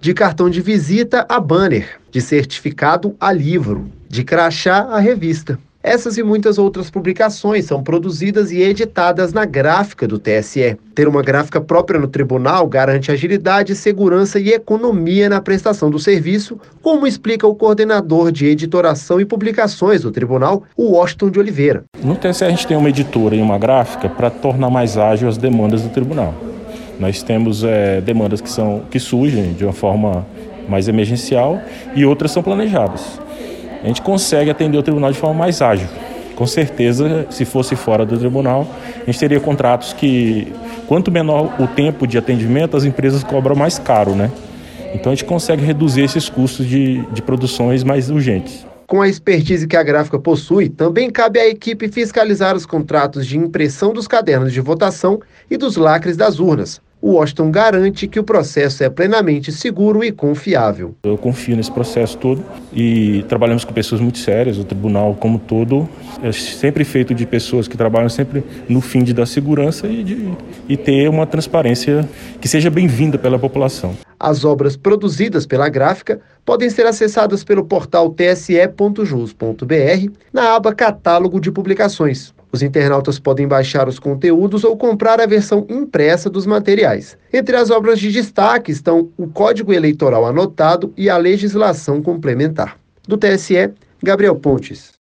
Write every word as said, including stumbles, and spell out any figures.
de cartão de visita a banner, de certificado a livro, de crachá a revista. Essas e muitas outras publicações são produzidas e editadas na gráfica do T S E. Ter uma gráfica própria no tribunal garante agilidade, segurança e economia na prestação do serviço, como explica o coordenador de editoração e publicações do tribunal, o Washington de Oliveira. No T S E a gente tem uma editora e uma gráfica para tornar mais ágil as demandas do tribunal. Nós temos é, demandas que, são, que surgem de uma forma mais emergencial e outras são planejadas. A gente consegue atender o tribunal de forma mais ágil. Com certeza, se fosse fora do tribunal, a gente teria contratos que, quanto menor o tempo de atendimento, as empresas cobram mais caro, né? Então a gente consegue reduzir esses custos de, de produções mais urgentes. Com a expertise que a gráfica possui, também cabe à equipe fiscalizar os contratos de impressão dos cadernos de votação e dos lacres das urnas. O Washington garante que o processo é plenamente seguro e confiável. Eu confio nesse processo todo e trabalhamos com pessoas muito sérias. O tribunal, como todo, é sempre feito de pessoas que trabalham sempre no fim de dar segurança e, de, e ter uma transparência que seja bem-vinda pela população. As obras produzidas pela gráfica podem ser acessadas pelo portal t s e ponto jus ponto b r na aba Catálogo de Publicações. Os internautas podem baixar os conteúdos ou comprar a versão impressa dos materiais. Entre as obras de destaque estão o Código Eleitoral anotado e a legislação complementar. Do T S E, Gabriel Pontes.